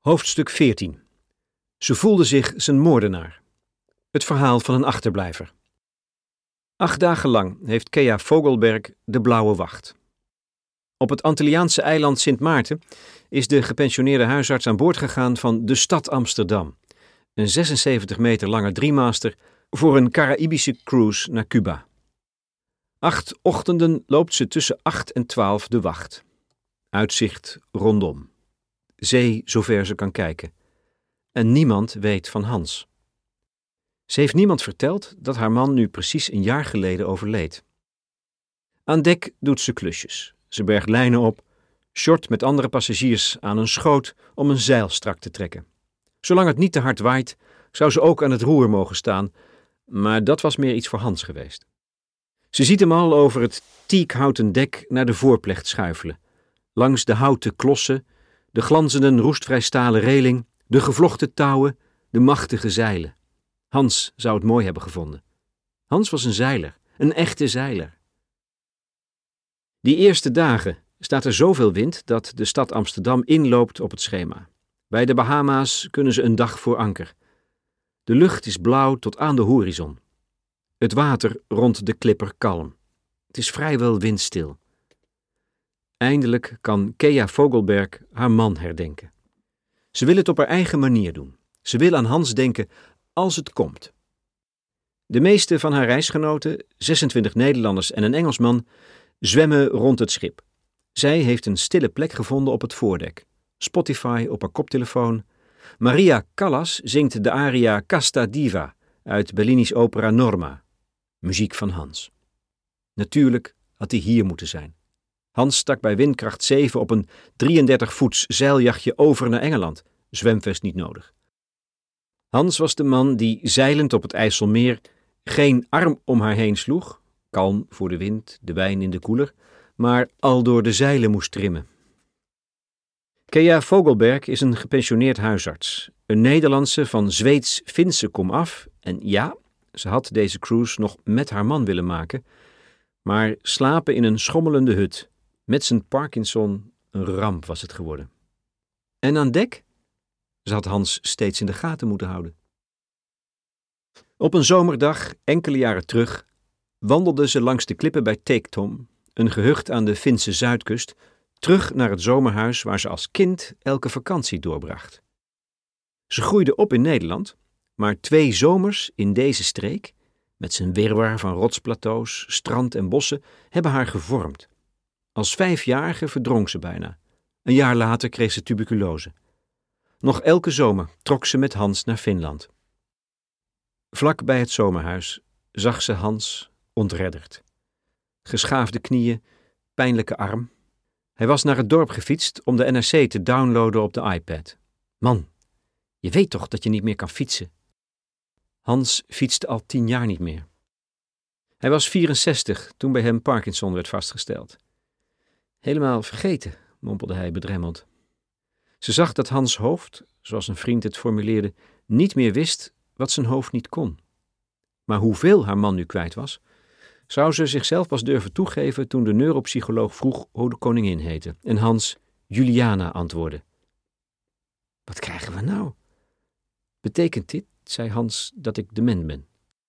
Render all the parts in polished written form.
Hoofdstuk 14. Ze voelde zich zijn moordenaar. Het verhaal van een achterblijver. 8 dagen lang heeft Kea Fogelberg de blauwe wacht. Op het Antilliaanse eiland Sint Maarten is de gepensioneerde huisarts aan boord gegaan van de Stad Amsterdam, een 76 meter lange driemaster voor een Caraïbische cruise naar Cuba. 8 ochtenden loopt ze tussen 8 en 12 de wacht. Uitzicht rondom. Zee zover ze kan kijken. En niemand weet van Hans. Ze heeft niemand verteld dat haar man nu precies een jaar geleden overleed. Aan dek doet ze klusjes. Ze bergt lijnen op, short met andere passagiers aan een schoot om een zeil strak te trekken. Zolang het niet te hard waait, zou ze ook aan het roer mogen staan, maar dat was meer iets voor Hans geweest. Ze ziet hem al over het teakhouten dek naar de voorplecht schuifelen. Langs de houten klossen, de glanzende roestvrij stalen reling, de gevlochten touwen, de machtige zeilen. Hans zou het mooi hebben gevonden. Hans was een zeiler, een echte zeiler. Die eerste dagen staat er zoveel wind dat de stad Amsterdam inloopt op het schema. Bij de Bahama's kunnen ze een dag voor anker. De lucht is blauw tot aan de horizon. Het water rond de klipper kalm. Het is vrijwel windstil. Eindelijk kan Kea Fogelberg haar man herdenken. Ze wil het op haar eigen manier doen. Ze wil aan Hans denken als het komt. De meeste van haar reisgenoten, 26 Nederlanders en een Engelsman, zwemmen rond het schip. Zij heeft een stille plek gevonden op het voordek. Spotify op haar koptelefoon. Maria Callas zingt de aria Casta Diva uit Bellini's opera Norma. Muziek van Hans. Natuurlijk had hij hier moeten zijn. Hans stak bij windkracht 7 op een 33-voets zeiljachtje over naar Engeland. Zwemvest niet nodig. Hans was de man die zeilend op het IJsselmeer geen arm om haar heen sloeg, kalm voor de wind, de wijn in de koeler, maar al door de zeilen moest trimmen. Kea Fogelberg is een gepensioneerd huisarts, een Nederlandse van Zweeds-Finse komaf en ja, ze had deze cruise nog met haar man willen maken, maar slapen in een schommelende hut, met zijn Parkinson, een ramp was het geworden. En aan dek? Ze had Hans steeds in de gaten moeten houden. Op een zomerdag, enkele jaren terug, wandelde ze langs de klippen bij Teektom, een gehucht aan de Finse zuidkust, terug naar het zomerhuis waar ze als kind elke vakantie doorbracht. Ze groeide op in Nederland, maar 2 zomers in deze streek, met zijn wirwar van rotsplateaus, strand en bossen, hebben haar gevormd. Als 5-jarige verdronk ze bijna. Een jaar later kreeg ze tuberculose. Nog elke zomer trok ze met Hans naar Finland. Vlak bij het zomerhuis zag ze Hans ontredderd. Geschaafde knieën, pijnlijke arm. Hij was naar het dorp gefietst om de NRC te downloaden op de iPad. Man, je weet toch dat je niet meer kan fietsen? Hans fietste al 10 jaar niet meer. Hij was 64 toen bij hem Parkinson werd vastgesteld. Helemaal vergeten, mompelde hij bedremmeld. Ze zag dat Hans' hoofd, zoals een vriend het formuleerde, niet meer wist wat zijn hoofd niet kon. Maar hoeveel haar man nu kwijt was, zou ze zichzelf pas durven toegeven toen de neuropsycholoog vroeg hoe de koningin heette en Hans Juliana antwoordde. Wat krijgen we nou? Betekent dit, zei Hans, dat ik dement ben?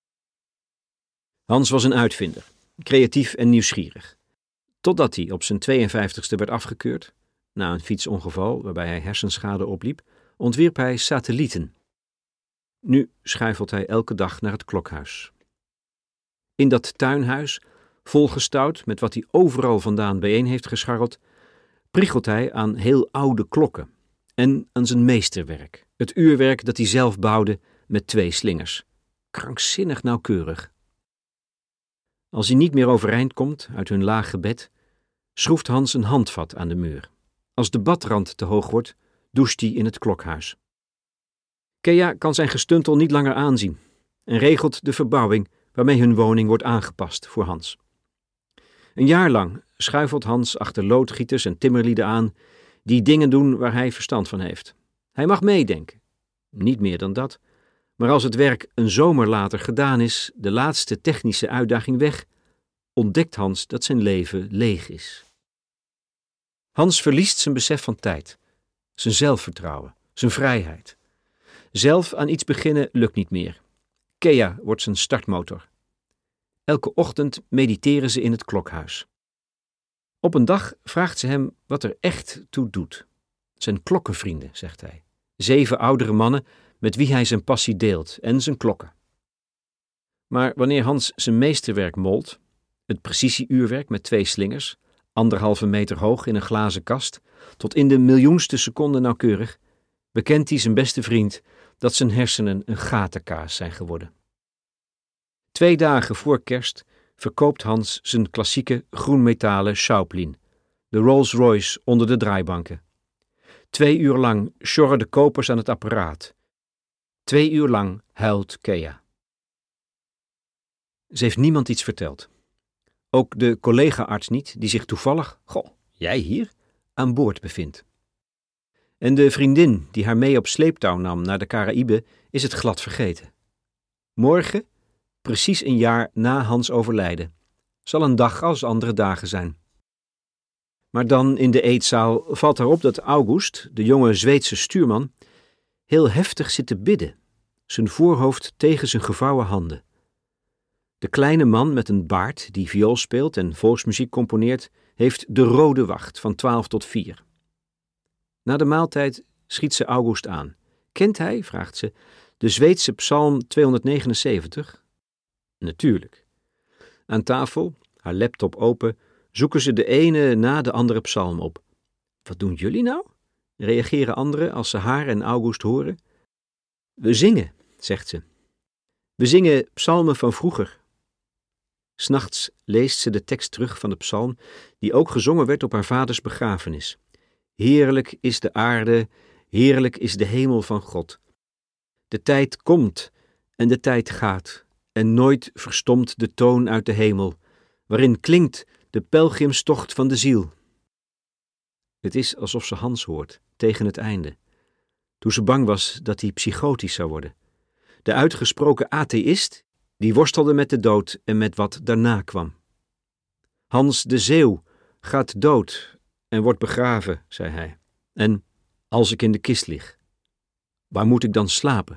Hans was een uitvinder, creatief en nieuwsgierig. Totdat hij op zijn 52ste werd afgekeurd, na een fietsongeval waarbij hij hersenschade opliep, ontwierp hij satellieten. Nu schuifelt hij elke dag naar het klokhuis. In dat tuinhuis, volgestouwd met wat hij overal vandaan bijeen heeft gescharreld, priegelt hij aan heel oude klokken en aan zijn meesterwerk, het uurwerk dat hij zelf bouwde met 2 slingers. Krankzinnig nauwkeurig. Als hij niet meer overeind komt uit hun lage bed, schroeft Hans een handvat aan de muur. Als de badrand te hoog wordt, doucht hij in het klokhuis. Kea kan zijn gestuntel niet langer aanzien en regelt de verbouwing waarmee hun woning wordt aangepast voor Hans. Een jaar lang schuifelt Hans achter loodgieters en timmerlieden aan die dingen doen waar hij verstand van heeft. Hij mag meedenken, niet meer dan dat, maar als het werk een zomer later gedaan is, de laatste technische uitdaging weg, ontdekt Hans dat zijn leven leeg is. Hans verliest zijn besef van tijd, zijn zelfvertrouwen, zijn vrijheid. Zelf aan iets beginnen lukt niet meer. Kea wordt zijn startmotor. Elke ochtend mediteren ze in het klokhuis. Op een dag vraagt ze hem wat er echt toe doet. Zijn klokkenvrienden, zegt hij. 7 oudere mannen met wie hij zijn passie deelt en zijn klokken. Maar wanneer Hans zijn meesterwerk molt, het precisieuurwerk met 2 slingers, 1,5 meter hoog in een glazen kast, tot in de miljoenste seconde nauwkeurig, bekent hij zijn beste vriend dat zijn hersenen een gatenkaas zijn geworden. 2 dagen voor Kerst verkoopt Hans zijn klassieke groenmetalen Schauplin, de Rolls-Royce onder de draaibanken. 2 uur lang sjorren de kopers aan het apparaat. 2 uur lang huilt Kea. Ze heeft niemand iets verteld. Ook de collega-arts niet, die zich toevallig, jij hier, aan boord bevindt. En de vriendin die haar mee op sleeptouw nam naar de Caraïben is het glad vergeten. Morgen, precies een jaar na Hans overlijden, zal een dag als andere dagen zijn. Maar dan in de eetzaal valt haar op dat August, de jonge Zweedse stuurman, heel heftig zit te bidden, zijn voorhoofd tegen zijn gevouwen handen. De kleine man met een baard die viool speelt en volksmuziek componeert, heeft de rode wacht van 12 tot 4. Na de maaltijd schiet ze August aan. Kent hij, vraagt ze, de Zweedse psalm 279? Natuurlijk. Aan tafel, haar laptop open, zoeken ze de ene na de andere psalm op. Wat doen jullie nou? Reageren anderen als ze haar en August horen. We zingen, zegt ze. We zingen psalmen van vroeger. 'S Nachts leest ze de tekst terug van de psalm die ook gezongen werd op haar vaders begrafenis. Heerlijk is de aarde, heerlijk is de hemel van God. De tijd komt en de tijd gaat en nooit verstomt de toon uit de hemel, waarin klinkt de pelgrimstocht van de ziel. Het is alsof ze Hans hoort, tegen het einde, toen ze bang was dat hij psychotisch zou worden. De uitgesproken atheïst, die worstelde met de dood en met wat daarna kwam. Hans de Zeeuw gaat dood en wordt begraven, zei hij. En als ik in de kist lig, waar moet ik dan slapen?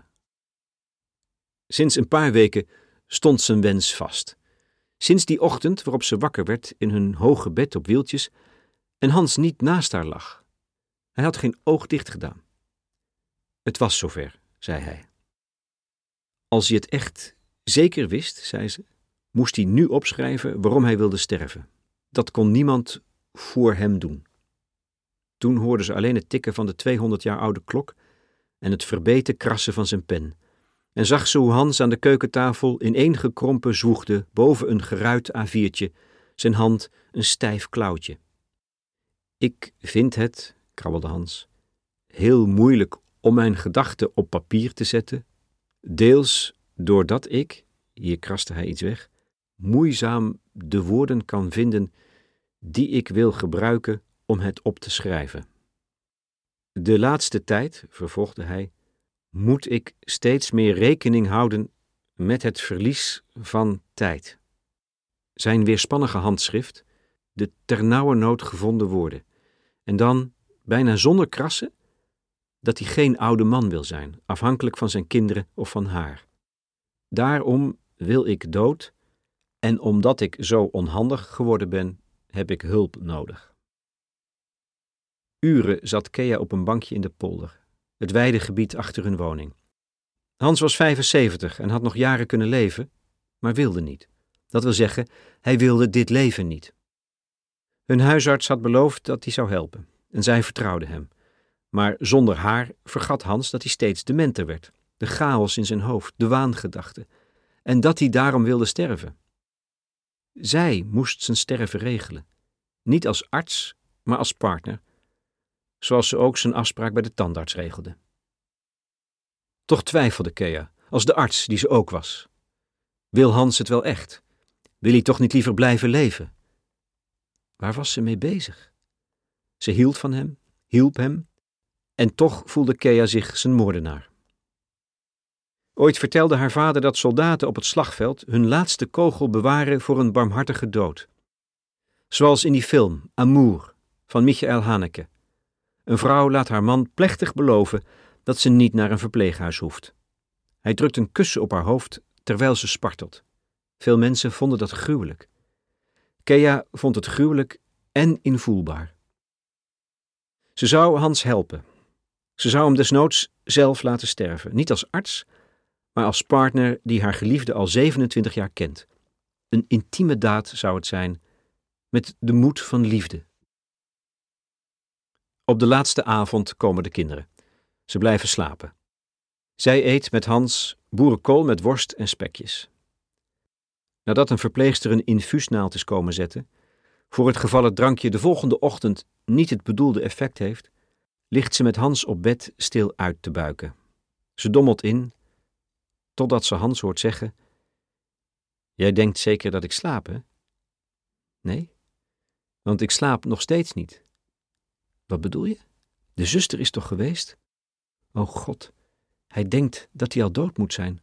Sinds een paar weken stond zijn wens vast. Sinds die ochtend waarop ze wakker werd in hun hoge bed op wieltjes en Hans niet naast haar lag. Hij had geen oog dicht gedaan. Het was zover, zei hij. Als hij het echt zeker wist, zei ze, moest hij nu opschrijven waarom hij wilde sterven. Dat kon niemand voor hem doen. Toen hoorde ze alleen het tikken van de 200 jaar oude klok en het verbeten krassen van zijn pen. En zag ze hoe Hans aan de keukentafel ineengekrompen zwoegde boven een geruit A4'tje, zijn hand een stijf klauwtje. Ik vind het, krabbelde Hans, heel moeilijk om mijn gedachten op papier te zetten, deels doordat ik, hier kraste hij iets weg, moeizaam de woorden kan vinden die ik wil gebruiken om het op te schrijven. De laatste tijd, vervolgde hij, moet ik steeds meer rekening houden met het verlies van tijd. Zijn weerspannige handschrift, de ternauwernood gevonden woorden, en dan, bijna zonder krassen, dat hij geen oude man wil zijn, afhankelijk van zijn kinderen of van haar. Daarom wil ik dood, en omdat ik zo onhandig geworden ben, heb ik hulp nodig. Uren zat Kea op een bankje in de polder, het weidegebied achter hun woning. Hans was 75 en had nog jaren kunnen leven, maar wilde niet. Dat wil zeggen, hij wilde dit leven niet. Hun huisarts had beloofd dat hij zou helpen, en zij vertrouwde hem. Maar zonder haar vergat Hans dat hij steeds dementer werd, de chaos in zijn hoofd, de waangedachten, en dat hij daarom wilde sterven. Zij moest zijn sterven regelen, niet als arts, maar als partner, zoals ze ook zijn afspraak bij de tandarts regelde. Toch twijfelde Kea, als de arts die ze ook was. Wil Hans het wel echt? Wil hij toch niet liever blijven leven? Waar was ze mee bezig? Ze hield van hem, hielp hem, en toch voelde Kea zich zijn moordenaar. Ooit vertelde haar vader dat soldaten op het slagveld hun laatste kogel bewaren voor een barmhartige dood. Zoals in die film Amour van Michael Haneke. Een vrouw laat haar man plechtig beloven dat ze niet naar een verpleeghuis hoeft. Hij drukt een kussen op haar hoofd terwijl ze spartelt. Veel mensen vonden dat gruwelijk. Kea vond het gruwelijk en invoelbaar. Ze zou Hans helpen. Ze zou hem desnoods zelf laten sterven. Niet als arts, maar als partner die haar geliefde al 27 jaar kent. Een intieme daad zou het zijn, met de moed van liefde. Op de laatste avond komen de kinderen. Ze blijven slapen. Zij eet met Hans boerenkool met worst en spekjes. Nadat een verpleegster een infuusnaald is komen zetten, voor het geval het drankje de volgende ochtend niet het bedoelde effect heeft, ligt ze met Hans op bed stil uit te buiken. Ze dommelt in, totdat ze Hans hoort zeggen: "Jij denkt zeker dat ik slaap, hè?" "Nee, want ik slaap nog steeds niet." "Wat bedoel je? De zuster is toch geweest?" "O God, hij denkt dat hij al dood moet zijn."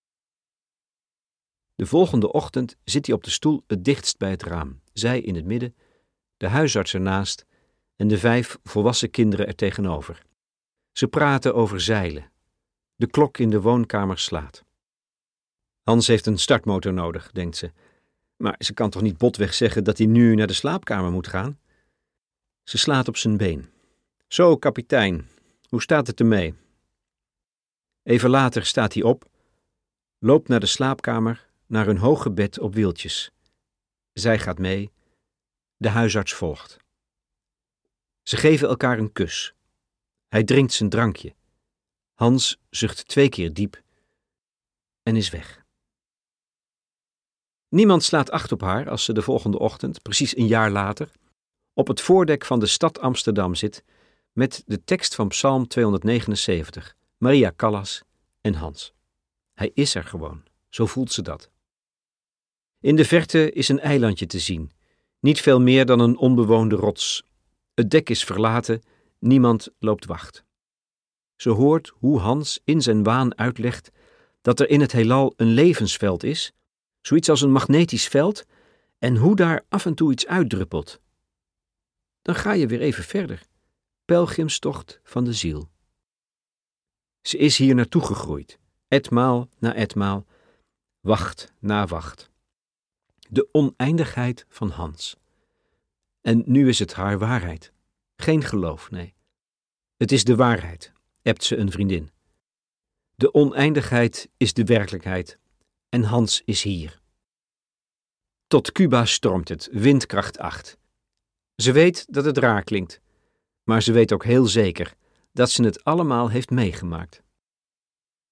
De volgende ochtend zit hij op de stoel het dichtst bij het raam, zij in het midden, de huisarts ernaast en de 5 volwassen kinderen er tegenover. Ze praten over zeilen. De klok in de woonkamer slaat. Hans heeft een startmotor nodig, denkt ze. Maar ze kan toch niet botweg zeggen dat hij nu naar de slaapkamer moet gaan? Ze slaat op zijn been. "Zo, kapitein, hoe staat het ermee?" Even later staat hij op, loopt naar de slaapkamer, naar hun hoge bed op wieltjes. Zij gaat mee, de huisarts volgt. Ze geven elkaar een kus. Hij drinkt zijn drankje. Hans zucht 2 keer diep en is weg. Niemand slaat acht op haar als ze de volgende ochtend, precies een jaar later, op het voordek van de stad Amsterdam zit met de tekst van Psalm 279, Maria Callas en Hans. Hij is er gewoon, zo voelt ze dat. In de verte is een eilandje te zien, niet veel meer dan een onbewoonde rots. Het dek is verlaten, niemand loopt wacht. Ze hoort hoe Hans in zijn waan uitlegt dat er in het heelal een levensveld is, zoiets als een magnetisch veld, en hoe daar af en toe iets uitdruppelt. Dan ga je weer even verder. Pelgrimstocht van de ziel. Ze is hier naartoe gegroeid, etmaal na etmaal, wacht na wacht. De oneindigheid van Hans. En nu is het haar waarheid. Geen geloof, nee. Het is de waarheid, ebt ze een vriendin. De oneindigheid is de werkelijkheid en Hans is hier. Tot Cuba stormt het, windkracht 8. Ze weet dat het raar klinkt, maar ze weet ook heel zeker dat ze het allemaal heeft meegemaakt.